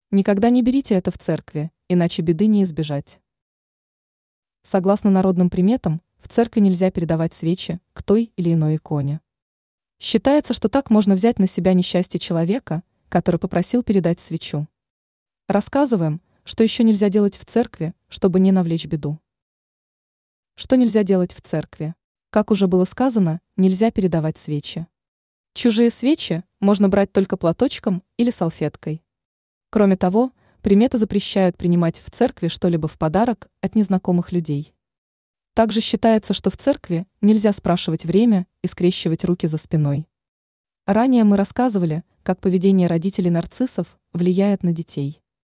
Никогда не берите это в церкви, иначе беды не избежать. Согласно народным приметам, в церкви нельзя передавать свечи к той или иной иконе. Считается, что так можно взять на себя несчастье человека, который попросил передать свечу. Рассказываем, что еще нельзя делать в церкви, чтобы не навлечь беду. Что нельзя делать в церкви? Как уже было сказано, нельзя передавать свечи. Чужие свечи можно брать только платочком или салфеткой. Кроме того, приметы запрещают принимать в церкви что-либо в подарок от незнакомых людей. Также считается, что в церкви нельзя спрашивать время и скрещивать руки за спиной. Ранее мы рассказывали, как поведение родителей нарциссов влияет на детей.